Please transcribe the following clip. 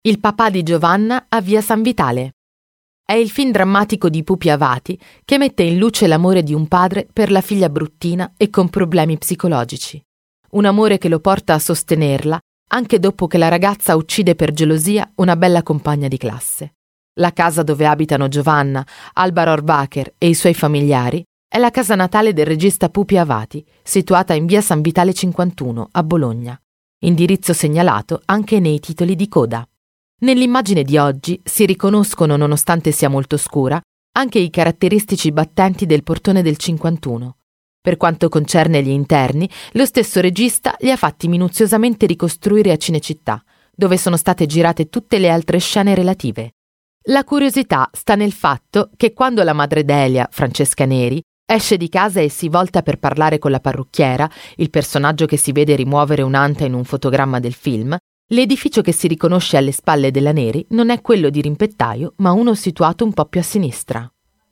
Il papà di Giovanna a Via San Vitale. È il film drammatico di Pupi Avati che mette in luce l'amore di un padre per la figlia bruttina e con problemi psicologici. Un amore che lo porta a sostenerla anche dopo che la ragazza uccide per gelosia una bella compagna di classe. La casa dove abitano Giovanna, Alba Rohrwacher e i suoi familiari è la casa natale del regista Pupi Avati, situata in Via San Vitale 51 a Bologna. Indirizzo segnalato anche nei titoli di coda. Nell'immagine di oggi si riconoscono, nonostante sia molto scura, anche i caratteristici battenti del portone del 51. Per quanto concerne gli interni, lo stesso regista li ha fatti minuziosamente ricostruire a Cinecittà, dove sono state girate tutte le altre scene relative. La curiosità sta nel fatto che quando la madre Delia, Francesca Neri, esce di casa e si volta per parlare con la parrucchiera, il personaggio che si vede rimuovere un'anta in un fotogramma del film, l'edificio che si riconosce alle spalle della Neri non è quello di Rimpettaio, ma uno situato un po' più a sinistra.